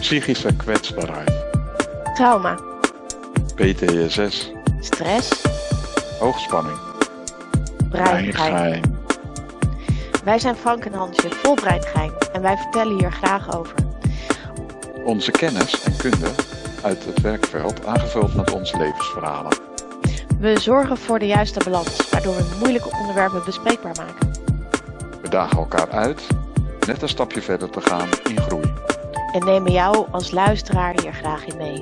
Psychische kwetsbaarheid, Trauma, PTSS, stress, hoogspanning, breingeheim. breingeheim. Wij zijn Frank en Hansje, vol breingeheim en wij vertellen hier graag over. Onze kennis en kunde uit het werkveld aangevuld met onze levensverhalen. We zorgen voor de juiste balans, waardoor we moeilijke onderwerpen bespreekbaar maken. We dagen elkaar uit net een stapje verder te gaan in groei. En nemen jou als luisteraar hier graag in mee.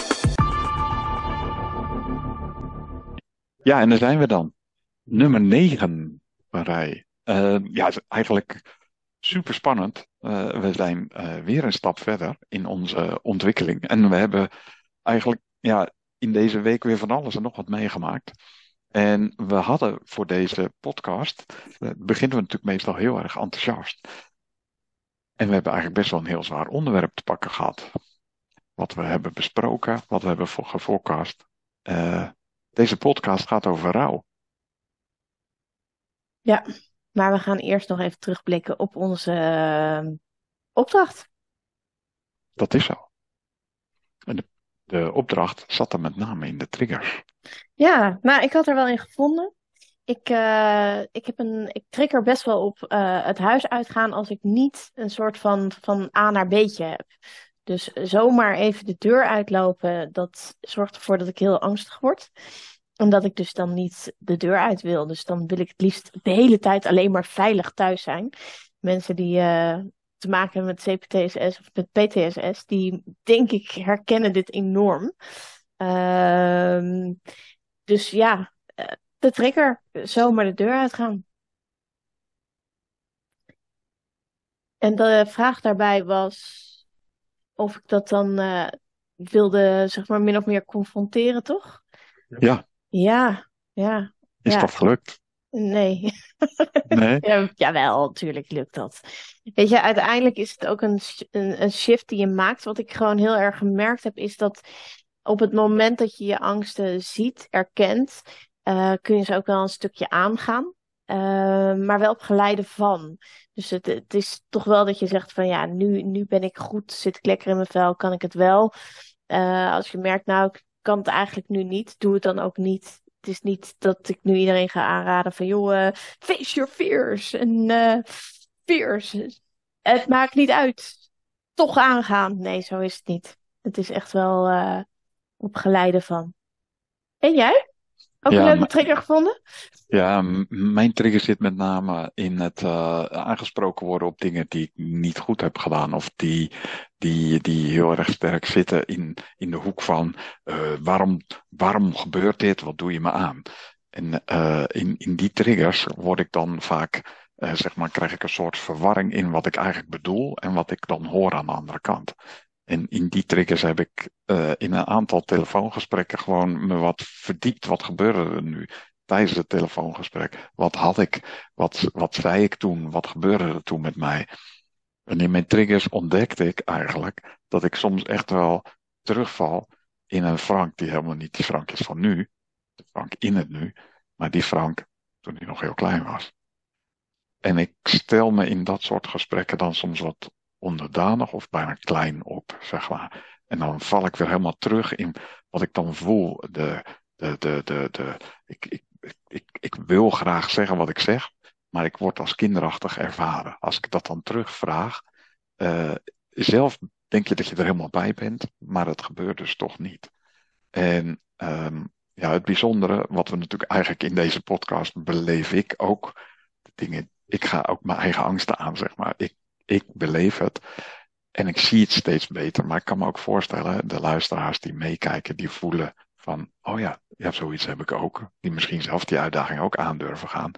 Ja, en daar zijn we dan. Nummer 9 van rij. Ja, het is eigenlijk super spannend. We zijn weer een stap verder in onze ontwikkeling. En we hebben eigenlijk in deze week weer van alles en nog wat meegemaakt. En we hadden voor deze podcast, beginnen we natuurlijk meestal heel erg enthousiast. En we hebben eigenlijk best wel een heel zwaar onderwerp te pakken gehad. Wat we hebben besproken, wat we hebben geforecast. Deze podcast gaat over rouw. Ja, maar we gaan eerst nog even terugblikken op onze opdracht. Dat is zo. En de opdracht zat er met name in de triggers. Ja, nou, ik had er wel in gevonden. Ik trigger best wel op het huis uitgaan als ik niet een soort van A naar B'tje heb. Dus zomaar even de deur uitlopen, dat zorgt ervoor dat ik heel angstig word. Omdat ik dus dan niet de deur uit wil. Dus dan wil ik het liefst de hele tijd alleen maar veilig thuis zijn. Mensen die te maken hebben met CPTSS of met PTSS, die denk ik herkennen dit enorm. Dus ja, de trigger, zomaar de deur uitgaan. En de vraag daarbij was of ik dat dan wilde, zeg maar, min of meer confronteren, toch? Ja, Ja. is Ja. dat gelukt? Nee. Nee? Ja, jawel, natuurlijk lukt dat. Weet je, uiteindelijk is het ook een shift die je maakt. Wat ik gewoon heel erg gemerkt heb, is dat op het moment dat je je angsten ziet, erkent, kun je ze ook wel een stukje aangaan. Maar wel op geleide van. Dus het is toch wel dat je zegt van ja, nu ben ik goed, zit ik lekker in mijn vel, kan ik het wel. Als je merkt, nou, ik kan het eigenlijk nu niet, doe het dan ook niet. Het is niet dat ik nu iedereen ga aanraden van joh, face your fears. En fears, het maakt niet uit. Toch aangaan. Nee, zo is het niet. Het is echt wel op geleide van. En jij? Ook een Ja, leuke trigger gevonden? Ja, mijn trigger zit met name in het aangesproken worden op dingen die ik niet goed heb gedaan. Of die heel erg sterk zitten in de hoek van waarom gebeurt dit? Wat doe je me aan? En in die triggers word ik dan vaak, zeg maar, krijg ik een soort verwarring in wat ik eigenlijk bedoel en wat ik dan hoor aan de andere kant. En in die triggers heb ik in een aantal telefoongesprekken gewoon me wat verdiept. Wat gebeurde er nu tijdens het telefoongesprek? Wat had ik? Wat zei ik toen? Wat gebeurde er toen met mij? En in mijn triggers ontdekte ik eigenlijk dat ik soms echt wel terugval in een Frank die helemaal niet die Frank is van nu. De Frank in het nu. Maar die Frank toen hij nog heel klein was. En ik stel me in dat soort gesprekken dan soms wat onderdanig of bijna klein op, zeg maar. En dan val ik weer helemaal terug in wat ik dan voel. Ik wil graag zeggen wat ik zeg, maar ik word als kinderachtig ervaren. Als ik dat dan terugvraag, zelf denk je dat je er helemaal bij bent, maar het gebeurt dus toch niet. En het bijzondere, wat we natuurlijk eigenlijk in deze podcast beleef ik ook, de dingen, ik ga ook mijn eigen angsten aan, zeg maar. Ik beleef het en ik zie het steeds beter. Maar ik kan me ook voorstellen, de luisteraars die meekijken, die voelen van, oh ja, zoiets heb ik ook. Die misschien zelf die uitdaging ook aandurven gaan.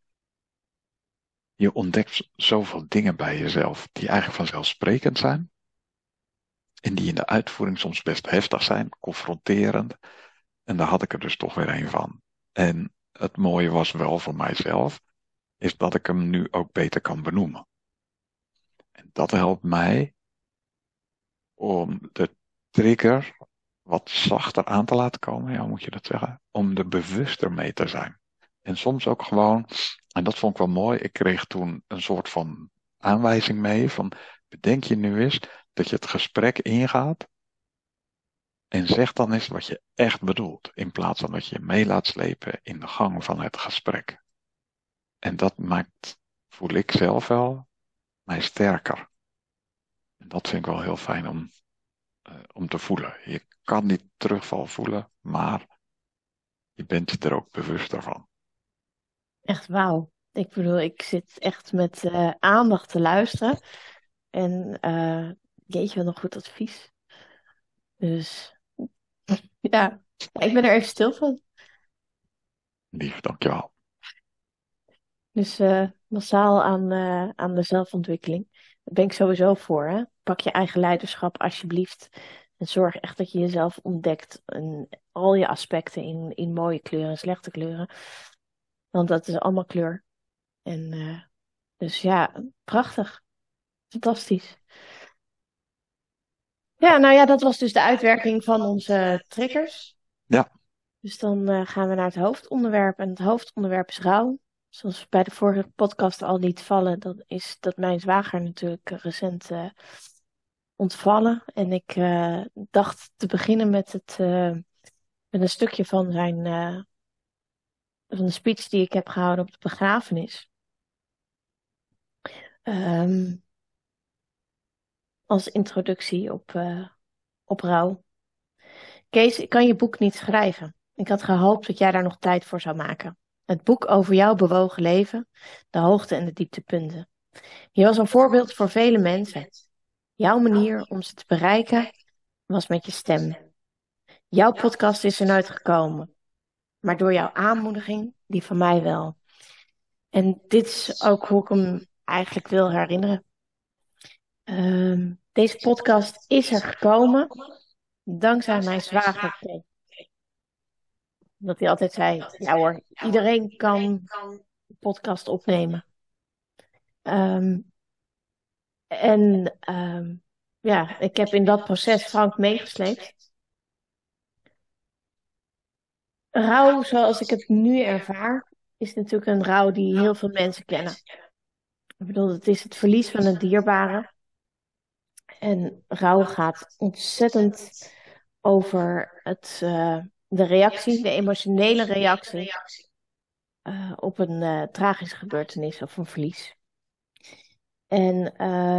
Je ontdekt zoveel dingen bij jezelf die eigenlijk vanzelfsprekend zijn. En die in de uitvoering soms best heftig zijn, confronterend. En daar had ik er dus toch weer een van. En het mooie was wel voor mijzelf, is dat ik hem nu ook beter kan benoemen. En dat helpt mij om de trigger wat zachter aan te laten komen, ja, hoe moet je dat zeggen? Om er bewuster mee te zijn. En soms ook gewoon, en dat vond ik wel mooi, ik kreeg toen een soort van aanwijzing mee van, bedenk je nu eens dat je het gesprek ingaat en zeg dan eens wat je echt bedoelt, in plaats van dat je je mee laat slepen in de gang van het gesprek. En dat maakt, voel ik zelf wel, mij sterker. En dat vind ik wel heel fijn om te voelen. Je kan die terugval voelen, maar je bent je er ook bewuster van. Echt wauw. Ik bedoel, ik zit echt met aandacht te luisteren. En jeetje, wat een goed advies. Dus ja, ik ben er even stil van. Lief, dankjewel. Dus massaal aan de zelfontwikkeling. Daar ben ik sowieso voor, hè. Pak je eigen leiderschap alsjeblieft. En zorg echt dat je jezelf ontdekt. En al je aspecten in mooie kleuren en slechte kleuren. Want dat is allemaal kleur. En dus ja, prachtig. Fantastisch. Ja, nou ja, dat was dus de uitwerking van onze triggers. Ja, Dus dan gaan we naar het hoofdonderwerp. En het hoofdonderwerp is rouw. Zoals bij de vorige podcast al liet vallen, dan is dat mijn zwager natuurlijk recent ontvallen. En ik dacht te beginnen met een stukje van van de speech die ik heb gehouden op de begrafenis. Ehm, als introductie op rouw. Kees, ik kan je boek niet schrijven. Ik had gehoopt dat jij daar nog tijd voor zou maken. Het boek over jouw bewogen leven, de hoogte- en de dieptepunten. Je was een voorbeeld voor vele mensen. Jouw manier om ze te bereiken was met je stem. Jouw podcast is er nooit gekomen, maar door jouw aanmoediging, die van mij wel. En dit is ook hoe ik hem eigenlijk wil herinneren. Deze podcast is er gekomen dankzij mijn zwager Kees. Dat hij altijd zei, ja hoor, iedereen kan een podcast opnemen. Ehm, ja, ik heb in dat proces Frank meegesleept. Rouw, zoals ik het nu ervaar, is natuurlijk een rouw die heel veel mensen kennen. Ik bedoel, het is het verlies van een dierbare. En rouw gaat ontzettend over de reactie, de emotionele reactie op een tragische gebeurtenis of een verlies. En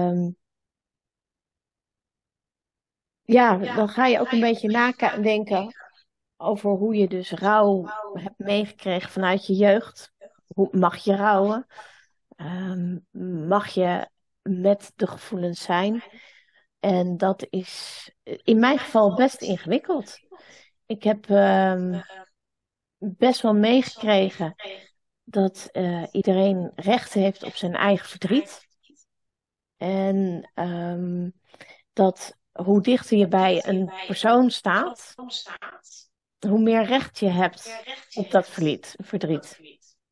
ja, dan ga je ook een beetje nadenken over hoe je dus rouw hebt meegekregen vanuit je jeugd. Hoe mag je rouwen? Mag je met de gevoelens zijn? En dat is in mijn geval best ingewikkeld. Ik heb best wel meegekregen dat iedereen recht heeft op zijn eigen verdriet. En dat hoe dichter je bij een persoon staat, hoe meer recht je hebt op dat verdriet.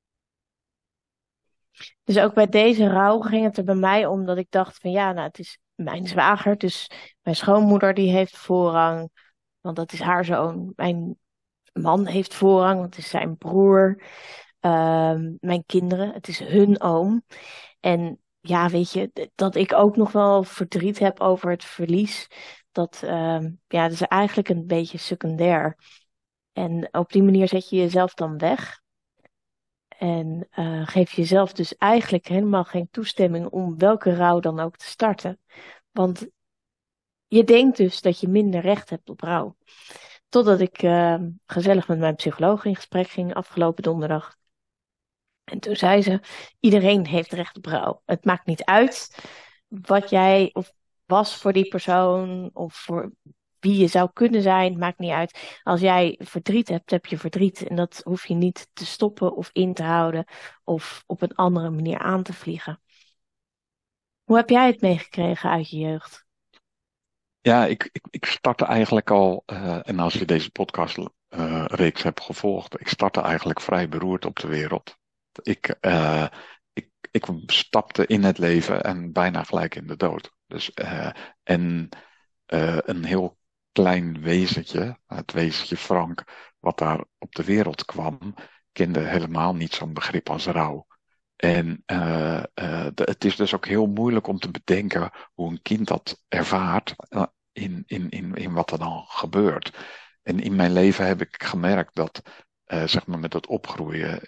Dus ook bij deze rouw ging het er bij mij om dat ik dacht van ja, nou het is mijn zwager, dus mijn schoonmoeder die heeft voorrang, want dat is haar zoon. Mijn man heeft voorrang, want het is zijn broer. Mijn kinderen, het is hun oom. En ja, weet je, dat ik ook nog wel verdriet heb over het verlies, ja, dat is eigenlijk een beetje secundair. En op die manier zet je jezelf dan weg. En geef jezelf dus eigenlijk helemaal geen toestemming om welke rouw dan ook te starten. Want je denkt dus dat je minder recht hebt op rouw. Totdat ik gezellig met mijn psycholoog in gesprek ging afgelopen donderdag. En toen zei ze, iedereen heeft recht op rouw. Het maakt niet uit wat jij of was voor die persoon of voor wie je zou kunnen zijn, maakt niet uit. Als jij verdriet hebt, heb je verdriet. En dat hoef je niet te stoppen of in te houden of op een andere manier aan te vliegen. Hoe heb jij het meegekregen uit je jeugd? ja, ik startte eigenlijk al, en als je deze podcast reeks hebt gevolgd, ik startte eigenlijk vrij beroerd op de wereld. Ik stapte in het leven en bijna gelijk in de dood. Dus, een heel klein wezentje, het wezentje Frank, wat daar op de wereld kwam, kende helemaal niet zo'n begrip als rouw. En het is dus ook heel moeilijk om te bedenken hoe een kind dat ervaart in wat er dan gebeurt. En in mijn leven heb ik gemerkt dat, zeg maar met het opgroeien,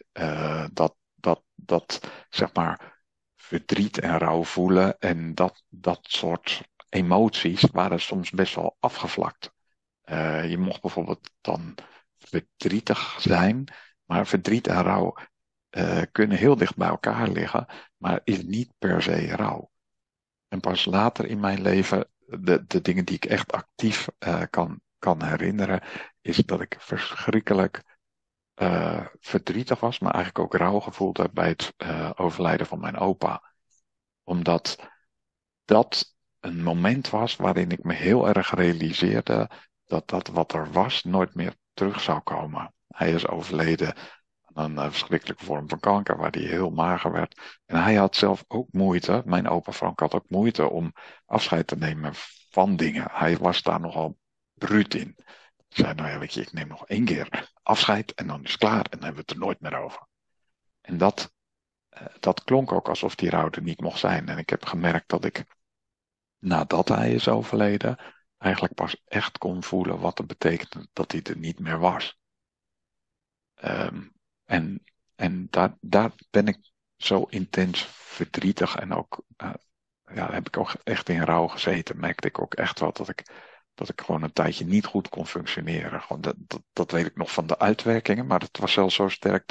dat zeg maar verdriet en rouw voelen en dat soort emoties waren soms best wel afgevlakt. Je mocht bijvoorbeeld dan verdrietig zijn, maar verdriet en rouw kunnen heel dicht bij elkaar liggen, maar is niet per se rouw. En pas later in mijn leven, de dingen die ik echt actief kan herinneren, is dat ik verschrikkelijk verdrietig was, maar eigenlijk ook rouw gevoeld heb bij het overlijden van mijn opa. Omdat dat een moment was waarin ik me heel erg realiseerde dat dat wat er was nooit meer terug zou komen. Hij is overleden aan een verschrikkelijke vorm van kanker, waar hij heel mager werd. En hij had zelf ook moeite, mijn opa Frank had ook moeite om afscheid te nemen van dingen. Hij was daar nogal bruut in. Hij zei, nou ja, weet je, ik neem nog 1 keer afscheid en dan is het klaar en dan hebben we het er nooit meer over. En dat klonk ook alsof die rouw er niet mocht zijn. En ik heb gemerkt dat ik, nadat hij is overleden, eigenlijk pas echt kon voelen wat het betekende dat hij er niet meer was. Ehm, en en daar ben ik zo intens verdrietig en ook, ja, heb ik ook echt in rouw gezeten. Merkte ik ook echt wel dat ik gewoon een tijdje niet goed kon functioneren. Gewoon dat weet ik nog van de uitwerkingen, maar het was zelfs zo sterk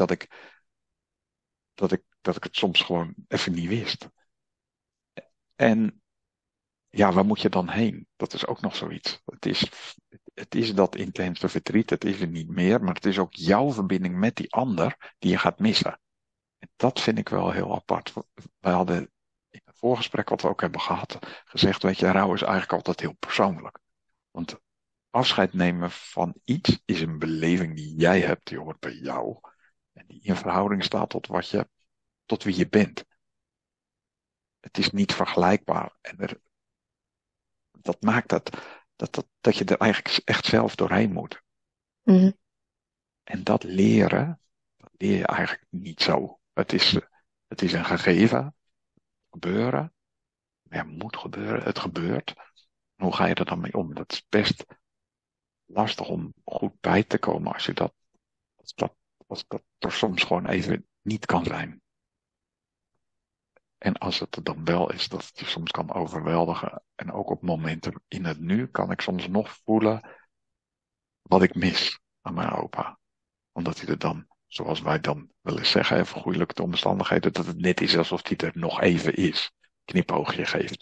dat ik het soms gewoon even niet wist. En ja, waar moet je dan heen? Dat is ook nog zoiets. Het is dat intense verdriet, het is er niet meer, maar het is ook jouw verbinding met die ander die je gaat missen. En dat vind ik wel heel apart. Wij hadden in het voorgesprek wat we ook hebben gehad, gezegd, weet je, rouw is eigenlijk altijd heel persoonlijk. Want afscheid nemen van iets is een beleving die jij hebt, die hoort bij jou. En die in verhouding staat tot wie je bent. Het is niet vergelijkbaar. En dat maakt dat je er eigenlijk echt zelf doorheen moet. Mhm. En dat leer je eigenlijk niet zo. Het is een gegeven, gebeuren. Ja, moet gebeuren, het gebeurt. En hoe ga je er dan mee om? Dat is best lastig om goed bij te komen als dat er soms gewoon even niet kan zijn. En als het er dan wel is, dat het je soms kan overweldigen. En ook op momenten in het nu kan ik soms nog voelen wat ik mis aan mijn opa. Omdat hij er dan, zoals wij dan willen zeggen, even goeilijk de omstandigheden, dat het net is alsof hij er nog even is. Knipoogje geeft.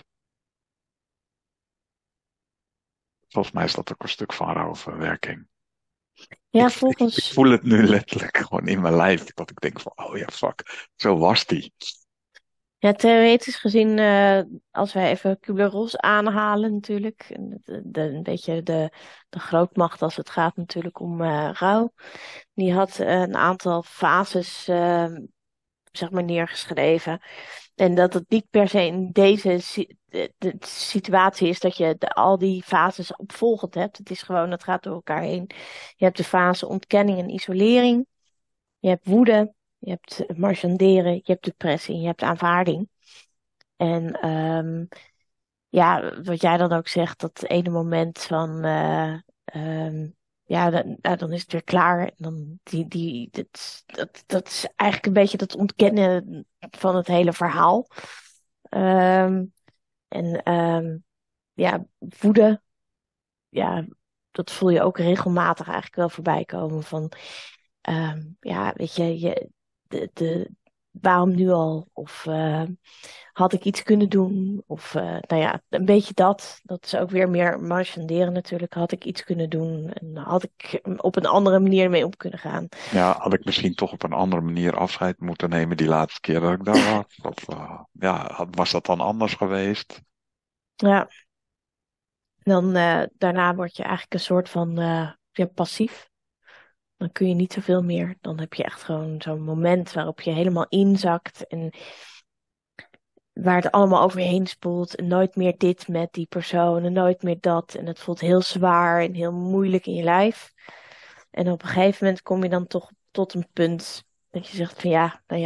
Volgens mij is dat ook een stuk van rouwverwerking. Ja, Ik volgens, voel het nu letterlijk gewoon in mijn lijf. Dat ik denk van, oh ja, fuck, zo was die. ja, theoretisch gezien, als wij even Kubler-Ross aanhalen natuurlijk, en een beetje de grootmacht als het gaat natuurlijk om rouw, die had een aantal fases, zeg maar, neergeschreven. En dat het niet per se in deze de situatie is dat je al die fases opvolgend hebt. Het is gewoon, het gaat door elkaar heen. Je hebt de fase ontkenning en isolering. Je hebt woede. Je hebt marchanderen. Je hebt depressie. En je hebt aanvaarding. En ja, wat jij dan ook zegt, dat ene moment van, ja, dan is het weer klaar. En dan dat is eigenlijk een beetje dat ontkennen van het hele verhaal. Ehm, en ja, woede, ja, dat voel je ook regelmatig eigenlijk wel voorbij komen van, ja, weet je, de, waarom nu al? Of had ik iets kunnen doen? Of nou ja, een beetje dat. Dat is ook weer meer marchanderen natuurlijk. Had ik iets kunnen doen? En had ik op een andere manier mee om kunnen gaan? Ja, had ik misschien toch op een andere manier afscheid moeten nemen die laatste keer dat ik daar was? Of, ja, was dat dan anders geweest? Ja, dan daarna word je eigenlijk een soort van ja, passief. Dan kun je niet zoveel meer. Dan heb je echt gewoon zo'n moment waarop je helemaal inzakt. En waar het allemaal overheen spoelt. En nooit meer dit met die persoon. En nooit meer dat. En het voelt heel zwaar en heel moeilijk in je lijf. En op een gegeven moment kom je dan toch tot een punt dat je zegt van ja, nou ja,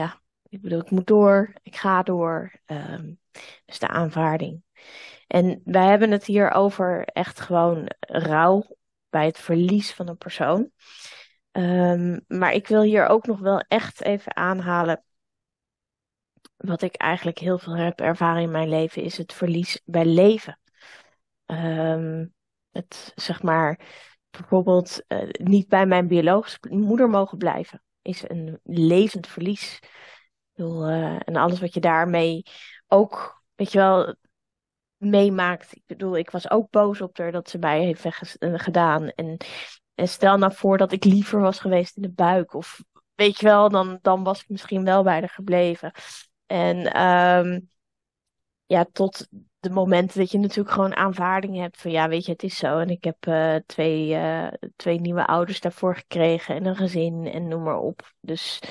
Ik bedoel, ik moet door, ik ga door. Dus de aanvaarding. En wij hebben het hier over echt gewoon rouw bij het verlies van een persoon. Maar ik wil hier ook nog wel echt even aanhalen. Wat ik eigenlijk heel veel heb ervaren in mijn leven, is het verlies bij leven. Ehm, het, zeg maar, bijvoorbeeld niet bij mijn biologische moeder mogen blijven, is een levend verlies. Ik bedoel, en alles wat je daarmee ook, weet je wel, meemaakt. Ik bedoel, ik was ook boos op haar dat ze mij heeft weggedaan. En stel nou voor dat ik liever was geweest in de buik. Of weet je wel, dan was ik misschien wel bij haar gebleven. En ja, tot de momenten dat je natuurlijk gewoon aanvaarding hebt van ja, weet je, het is zo. En ik heb twee nieuwe ouders daarvoor gekregen en een gezin en noem maar op. Dus,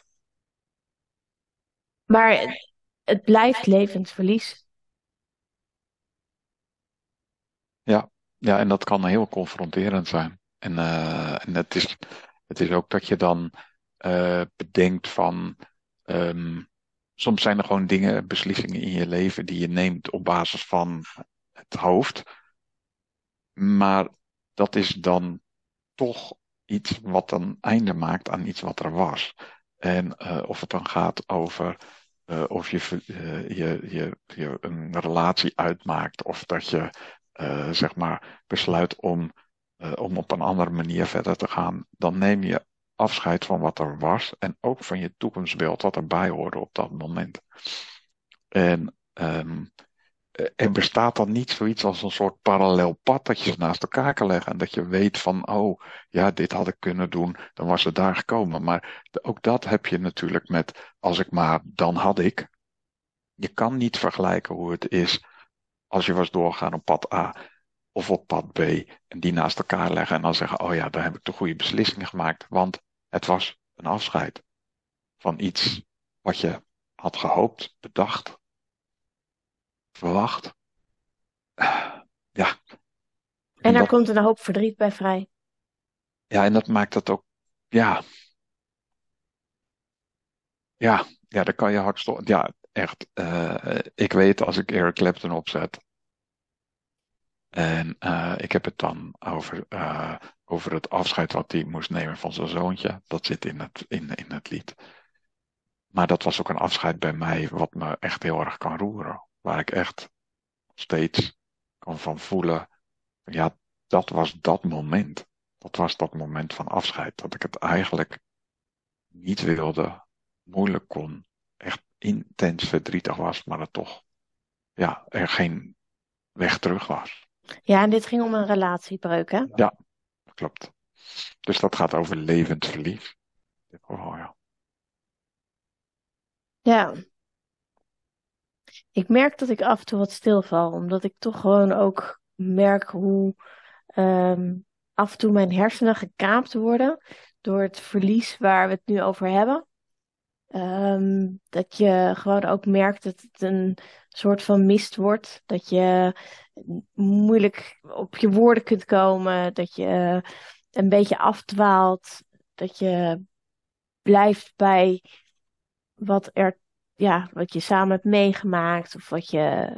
maar het blijft levensverlies. Ja, ja, en dat kan heel confronterend zijn. En het is ook dat je dan bedenkt van, ehm, soms zijn er gewoon dingen, beslissingen in je leven die je neemt op basis van het hoofd. Maar dat is dan toch iets wat een einde maakt aan iets wat er was. En of het dan gaat over of je een relatie uitmaakt, of dat je zeg maar besluit om op een andere manier verder te gaan, dan neem je afscheid van wat er was en ook van je toekomstbeeld wat erbij hoorde op dat moment. En er bestaat dan niet zoiets als een soort parallel pad dat je ze naast elkaar kan leggen. En dat je weet van, oh ja, dit had ik kunnen doen, dan was het daar gekomen. Maar ook dat heb je natuurlijk met, als ik maar, dan had ik. Je kan niet vergelijken hoe het is als je was doorgegaan op pad A of op pad B. En die naast elkaar leggen en dan zeggen, oh ja, daar heb ik de goede beslissingen gemaakt. Want het was een afscheid van iets wat je had gehoopt, bedacht, verwacht. Ja, En en daar dat komt een hoop verdriet bij vrij. Ja, en dat maakt dat ook, ja, ja, daar kan je hartstikke, ja, echt. Ik weet als ik Eric Clapton opzet en ik heb het dan over het afscheid wat hij moest nemen van zijn zoontje. Dat zit in het lied. Maar dat was ook een afscheid bij mij wat me echt heel erg kan roeren. Waar ik echt steeds kan van voelen, ja, dat was dat moment. Dat was dat moment van afscheid. Dat ik het eigenlijk niet wilde, moeilijk kon, echt intens verdrietig was, maar het toch, ja, er geen weg terug was. Ja, en dit ging om een relatiebreuk, hè? Ja, dat klopt. Dus dat gaat over levend verlies. Oh, ja. Ja, ik merk dat ik af en toe wat stilval, omdat ik toch gewoon ook merk hoe ehm, af en toe mijn hersenen gekaapt worden door het verlies waar we het nu over hebben. Dat je gewoon ook merkt dat het een soort van mist wordt. Dat je moeilijk op je woorden kunt komen. Dat je een beetje afdwaalt. Dat je blijft bij wat er, ja, wat je samen hebt meegemaakt. Of wat je.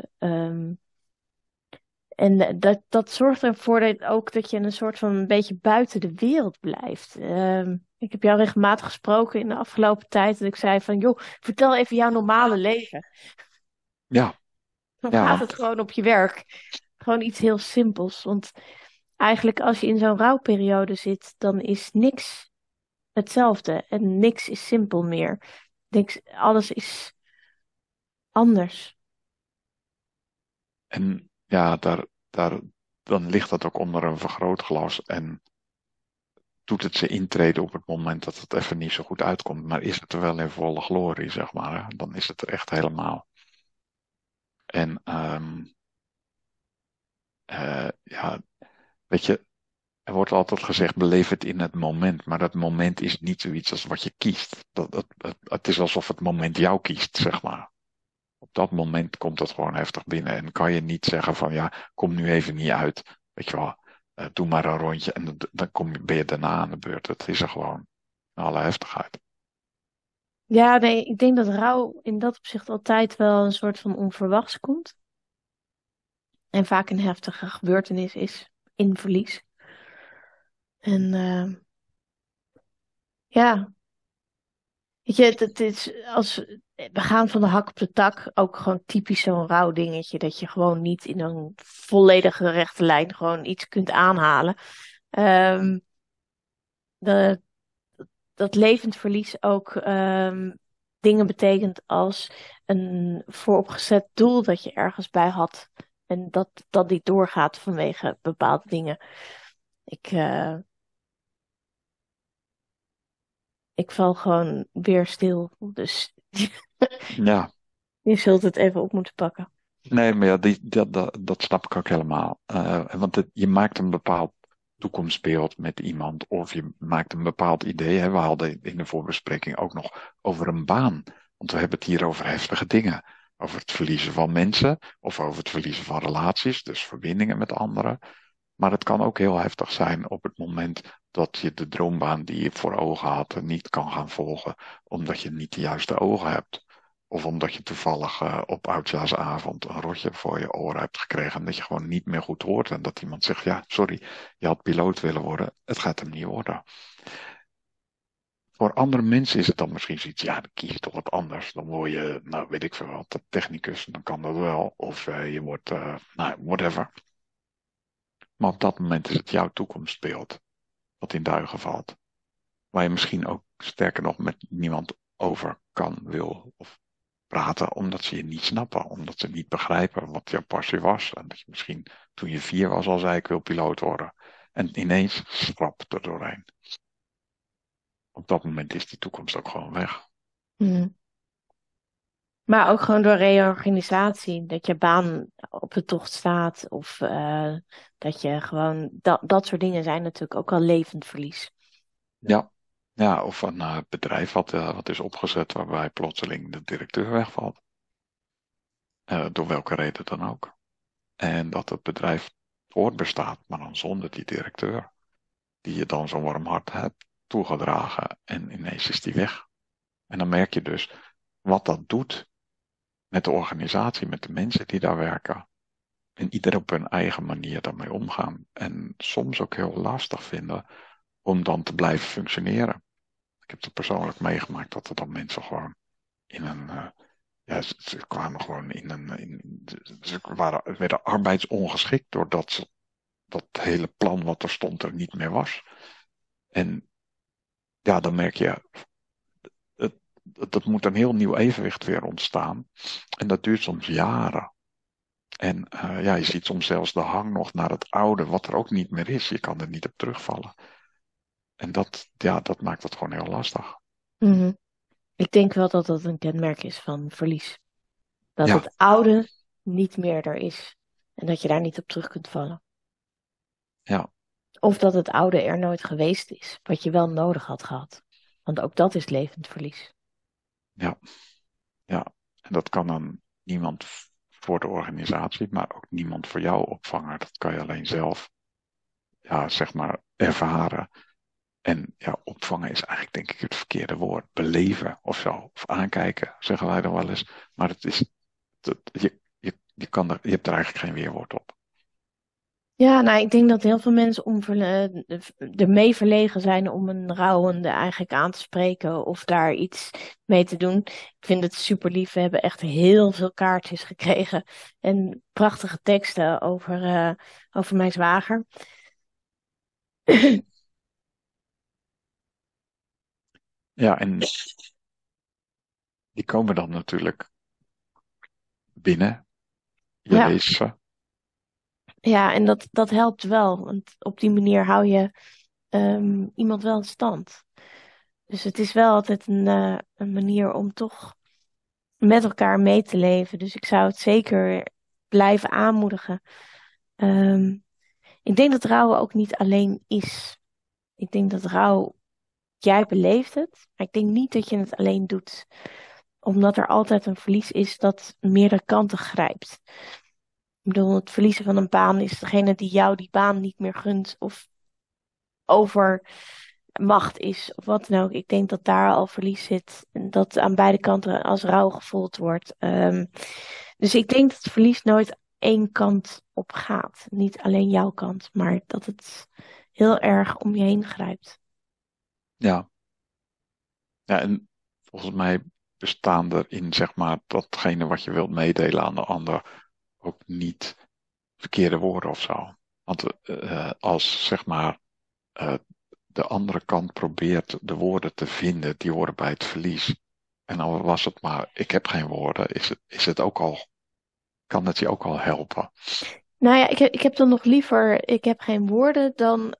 En dat zorgt ervoor ook dat je een soort van een beetje buiten de wereld blijft. Ik heb jou regelmatig gesproken in de afgelopen tijd. En ik zei van, joh, vertel even jouw normale leven. Ja, Dan ja, gaat want het gewoon op je werk. Gewoon iets heel simpels. Want eigenlijk als je in zo'n rouwperiode zit, dan is niks hetzelfde. En niks is simpel meer. Niks, alles is anders. en ja, dan ligt dat ook onder een vergrootglas en doet het zijn intrede op het moment dat het even niet zo goed uitkomt. Maar is het er wel in volle glorie, zeg maar, hè? Dan is het er echt helemaal. En ja, weet je, er wordt altijd gezegd, beleef het in het moment. Maar dat moment is niet zoiets als wat je kiest. Het is alsof het moment jou kiest, zeg maar. Op dat moment komt het gewoon heftig binnen. En kan je niet zeggen van, ja, kom nu even niet uit. Weet je wel, doe maar een rondje en dan ben je daarna aan de beurt. Het is er gewoon in alle heftigheid. Ja, nee, ik denk dat rouw in dat opzicht altijd wel een soort van onverwachts komt. En vaak een heftige gebeurtenis is in verlies. En ja, weet je, het is als we gaan van de hak op de tak ook gewoon typisch zo'n rouw dingetje. Dat je gewoon niet in een volledige rechte lijn gewoon iets kunt aanhalen. Ehm, de, dat levend verlies ook dingen betekent als een vooropgezet doel dat je ergens bij had. En dat niet doorgaat vanwege bepaalde dingen. Ik, eh, ik val gewoon weer stil. Dus Ja, je zult het even op moeten pakken. nee, maar ja, dat snap ik ook helemaal. Want je maakt een bepaald toekomstbeeld met iemand, of je maakt een bepaald idee. Hè. We hadden in de voorbespreking ook nog over een baan. Want we hebben het hier over heftige dingen. Over het verliezen van mensen, of over het verliezen van relaties, dus verbindingen met anderen. Maar het kan ook heel heftig zijn op het moment dat je de droombaan die je voor ogen had niet kan gaan volgen, omdat je niet de juiste ogen hebt. Of omdat je toevallig op oudjaarsavond een rotje voor je oren hebt gekregen en dat je gewoon niet meer goed hoort. En dat iemand zegt, ja, sorry, je had piloot willen worden, het gaat hem niet worden. Voor andere mensen is het dan misschien zoiets, ja, dan kies je toch wat anders. Dan word je, nou weet ik veel wat, technicus, dan kan dat wel. Of je wordt, nou, whatever. Maar op dat moment is het jouw toekomstbeeld wat in duigen valt. Waar je misschien ook sterker nog met niemand over kan, wil of praten, omdat ze je niet snappen, omdat ze niet begrijpen wat jouw passie was. En dat je misschien toen je 4 was al zei ik wil piloot worden. En ineens schrap er doorheen. Op dat moment is die toekomst ook gewoon weg. Hmm. Maar ook gewoon door reorganisatie, dat je baan op de tocht staat of dat je gewoon, dat soort dingen zijn natuurlijk ook al levend verlies. Ja, ja, of een bedrijf wat is opgezet waarbij plotseling de directeur wegvalt. Door welke reden dan ook. En dat het bedrijf voortbestaat, maar dan zonder die directeur. Die je dan zo'n warm hart hebt toegedragen en ineens is die weg. En dan merk je dus wat dat doet met de organisatie, met de mensen die daar werken. En ieder op hun eigen manier daarmee omgaan. En soms ook heel lastig vinden om dan te blijven functioneren. Ik heb het persoonlijk meegemaakt dat er dan mensen gewoon in een. Ja, ze kwamen gewoon in een. Ze werden arbeidsongeschikt doordat dat hele plan wat er stond er niet meer was. En ja, dan merk je, het, dat moet een heel nieuw evenwicht weer ontstaan. En dat duurt soms jaren. En ja, je ziet soms zelfs de hang nog naar het oude, wat er ook niet meer is. Je kan er niet op terugvallen. En dat, ja, dat maakt het gewoon heel lastig. Mhm. Ik denk wel dat dat een kenmerk is van verlies. Dat Ja, het oude niet meer er is en dat je daar niet op terug kunt vallen. ja, Of dat het oude er nooit geweest is, wat je wel nodig had gehad. Want ook dat is levend verlies. ja, ja. En dat kan dan niemand voor de organisatie, maar ook niemand voor jou opvangen. Dat kan je alleen zelf, ja, zeg maar, ervaren. En ja, opvangen is eigenlijk denk ik het verkeerde woord. Beleven of zo. Of aankijken, zeggen wij dan wel eens. Maar het is, je hebt er eigenlijk geen weerwoord op. Ja, nou, ik denk dat heel veel mensen ermee verlegen zijn om een rouwende eigenlijk aan te spreken of daar iets mee te doen. Ik vind het super lief. We hebben echt heel veel kaartjes gekregen en prachtige teksten over mijn zwager. Ja, en die komen dan natuurlijk binnen. Je Ja, leest ze. ja, en dat helpt wel, want op die manier hou je iemand wel in stand. Dus het is wel altijd een manier om toch met elkaar mee te leven. Dus ik zou het zeker blijven aanmoedigen. Ehm, ik denk dat rouwen ook niet alleen is. Ik denk dat rouw, jij beleeft het, maar ik denk niet dat je het alleen doet. Omdat er altijd een verlies is dat meerdere kanten grijpt. Ik bedoel, het verliezen van een baan is degene die jou die baan niet meer gunt of over macht is of wat dan ook. Ik denk dat daar al verlies zit en dat aan beide kanten als rouw gevoeld wordt. Dus ik denk dat verlies nooit één kant op gaat. Niet alleen jouw kant, maar dat het heel erg om je heen grijpt. Ja, ja, en volgens mij bestaan er in, zeg maar, datgene wat je wilt meedelen aan de ander ook niet verkeerde woorden of zo. Want als, zeg maar, eh, de andere kant probeert de woorden te vinden die horen bij het verlies. En al was het maar, ik heb geen woorden, is het ook al, kan het je ook al helpen. Nou ja, ik heb dan nog liever, ik heb geen woorden dan,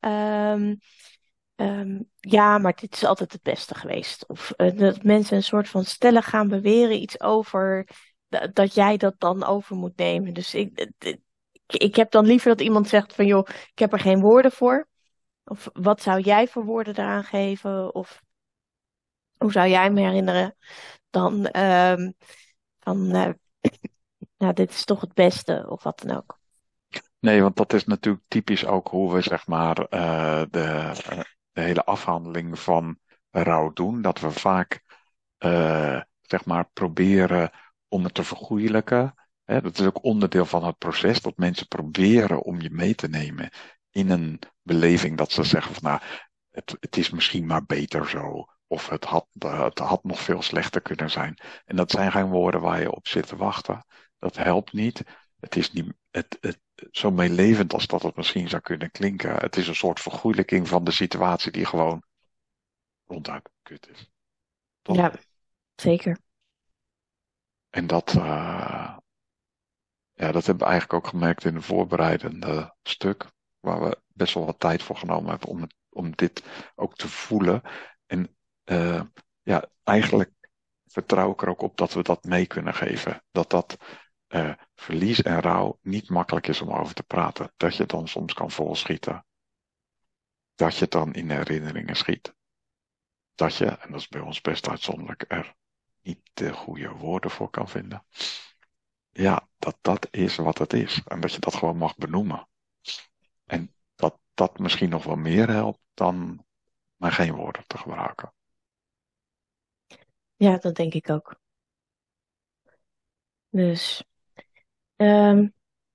ja, maar dit is altijd het beste geweest. Of dat mensen een soort van stellig gaan beweren iets over, dat jij dat dan over moet nemen. Dus ik heb dan liever dat iemand zegt van, joh, ik heb er geen woorden voor. Of wat zou jij voor woorden eraan geven? Of hoe zou jij me herinneren? Dan, van, nou, dit is toch het beste, of wat dan ook. Nee, want dat is natuurlijk typisch ook hoe we, zeg maar, de hele afhandeling van rouw doen. Dat we vaak, zeg maar, proberen om het te vergoeilijken. Hè, dat is ook onderdeel van het proces, dat mensen proberen om je mee te nemen in een beleving dat ze zeggen van, nou, het is misschien maar beter zo. Of het had nog veel slechter kunnen zijn. En dat zijn geen woorden waar je op zit te wachten. Dat helpt niet. Het is niet, zo meelevend als dat het misschien zou kunnen klinken. Het is een soort vergoelijking van de situatie die gewoon ronduit kut is. Toch? Ja, zeker. En ja, dat hebben we eigenlijk ook gemerkt in een voorbereidende stuk, waar we best wel wat tijd voor genomen hebben om dit ook te voelen. En ja, eigenlijk vertrouw ik er ook op dat we dat mee kunnen geven. Dat verlies en rouw niet makkelijk is om over te praten. Dat je dan soms kan volschieten. Dat je dan in herinneringen schiet. Dat je, en dat is bij ons best uitzonderlijk, er niet de goede woorden voor kan vinden. Ja, dat is wat het is. En dat je dat gewoon mag benoemen. En dat dat misschien nog wel meer helpt dan maar geen woorden te gebruiken. Ja, dat denk ik ook. Dus, ehm,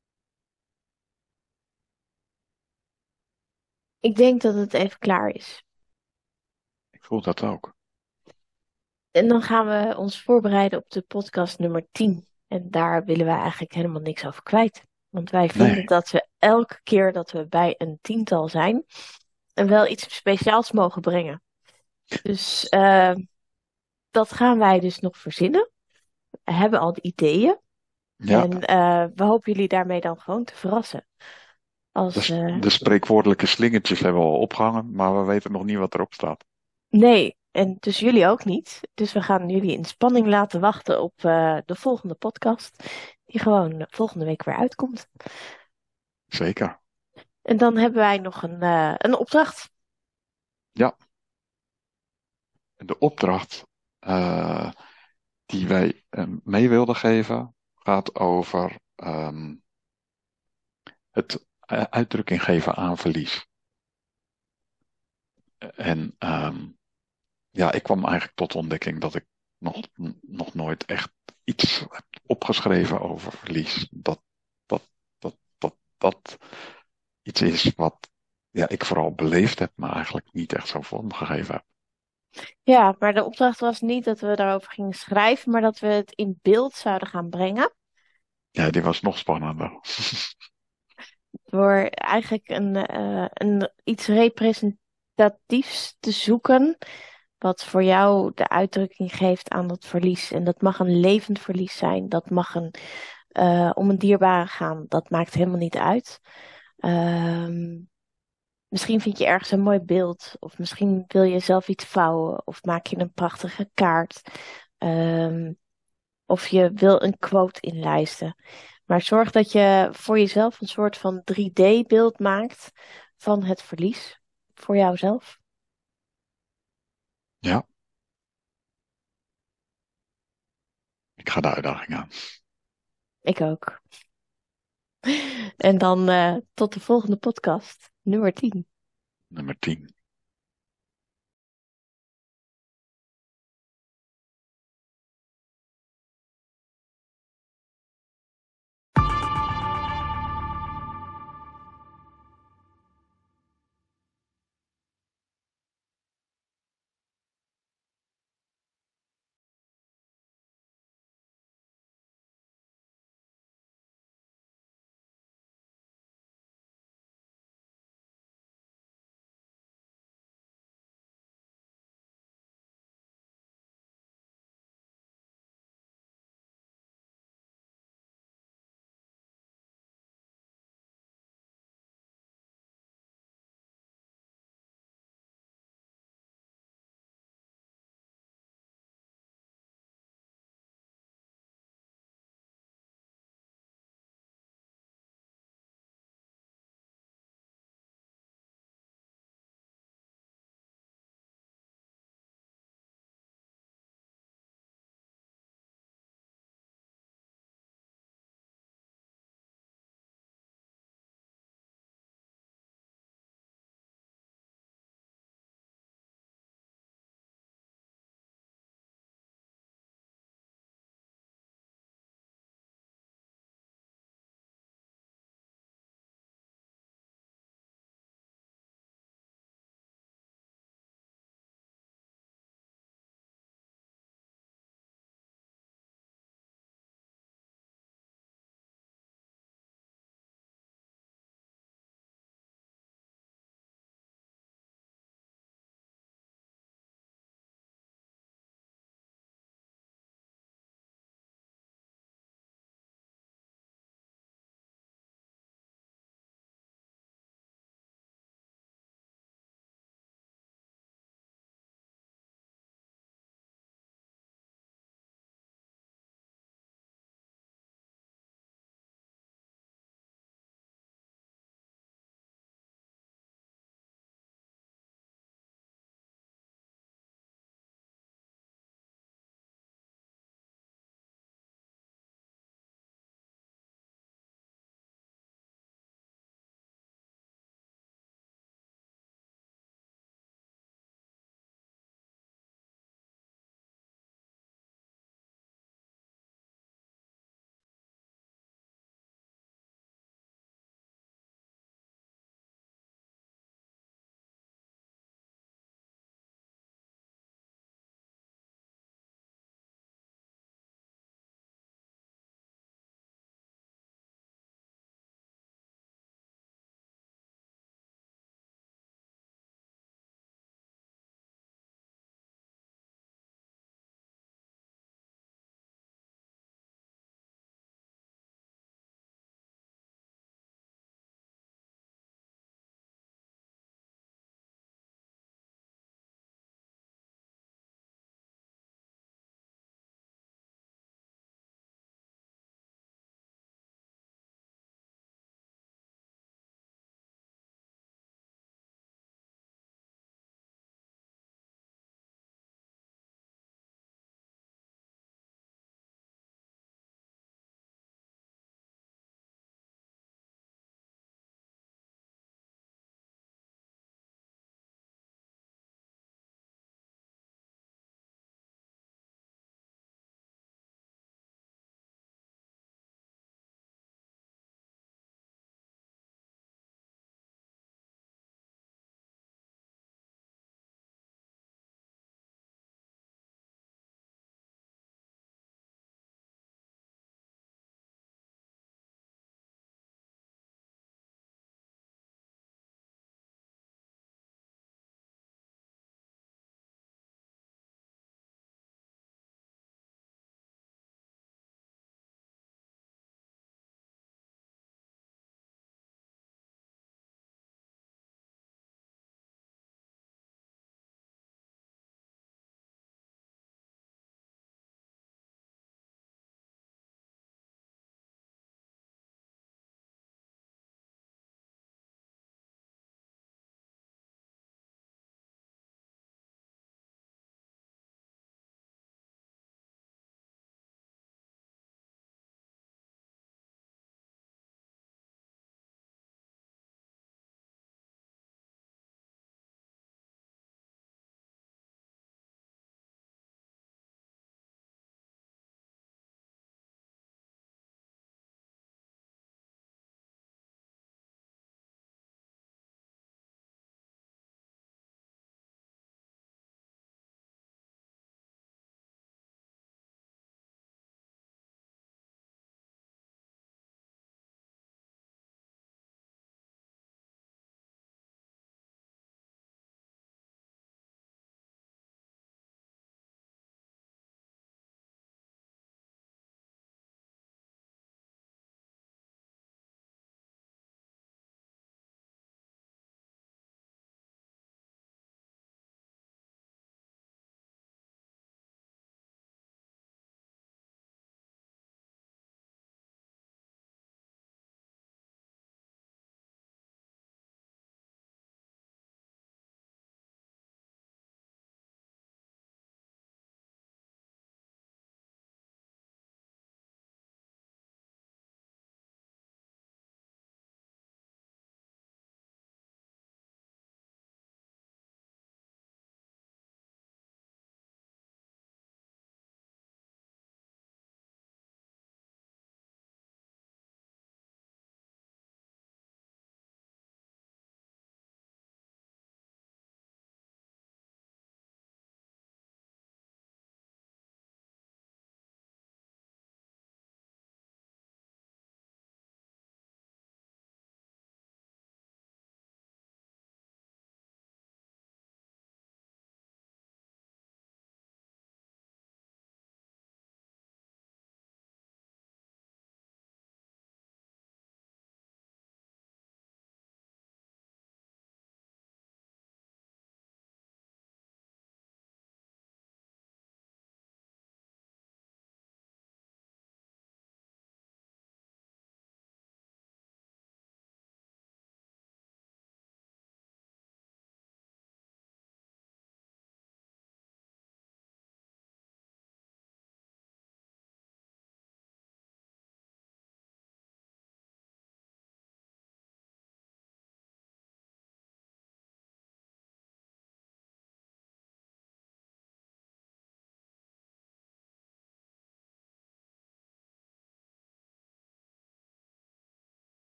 ik denk dat het even klaar is. Ik voel dat ook. En dan gaan we ons voorbereiden op de podcast nummer 10. En daar willen wij eigenlijk helemaal niks over kwijt. Want wij vinden Nee, dat we elke keer dat we bij een tiental zijn, en wel iets speciaals mogen brengen. Dus dat gaan wij dus nog verzinnen. We hebben al de ideeën. ja, En we hopen jullie daarmee dan gewoon te verrassen. Als, de spreekwoordelijke slingertjes hebben we al opgehangen, maar we weten nog niet wat erop staat. nee, en dus jullie ook niet. Dus we gaan jullie in spanning laten wachten op de volgende podcast. Die gewoon volgende week weer uitkomt. Zeker. En dan hebben wij nog een opdracht. Ja, de opdracht eh, die wij mee wilden geven gaat over het uitdrukking geven aan verlies. En ja, ik kwam eigenlijk tot de ontdekking dat ik nog nooit echt iets heb opgeschreven over verlies. Dat iets is wat ja, ik vooral beleefd heb, maar eigenlijk niet echt zo vormgegeven heb. Ja, maar de opdracht was niet dat we daarover gingen schrijven, maar dat we het in beeld zouden gaan brengen. Ja, die was nog spannender. Door eigenlijk iets representatiefs te zoeken. Wat voor jou de uitdrukking geeft aan dat verlies. En dat mag een levend verlies zijn. Dat mag om een dierbare gaan. Dat maakt helemaal niet uit. Ehm, Misschien vind je ergens een mooi beeld. Of misschien wil je zelf iets vouwen. Of maak je een prachtige kaart. Ehm, of je wil een quote inlijsten. Maar zorg dat je voor jezelf een soort van 3D-beeld maakt van het verlies. Voor jouzelf. Ja, ik ga de uitdaging aan. Ik ook. En dan tot de volgende podcast, nummer 10. Nummer 10.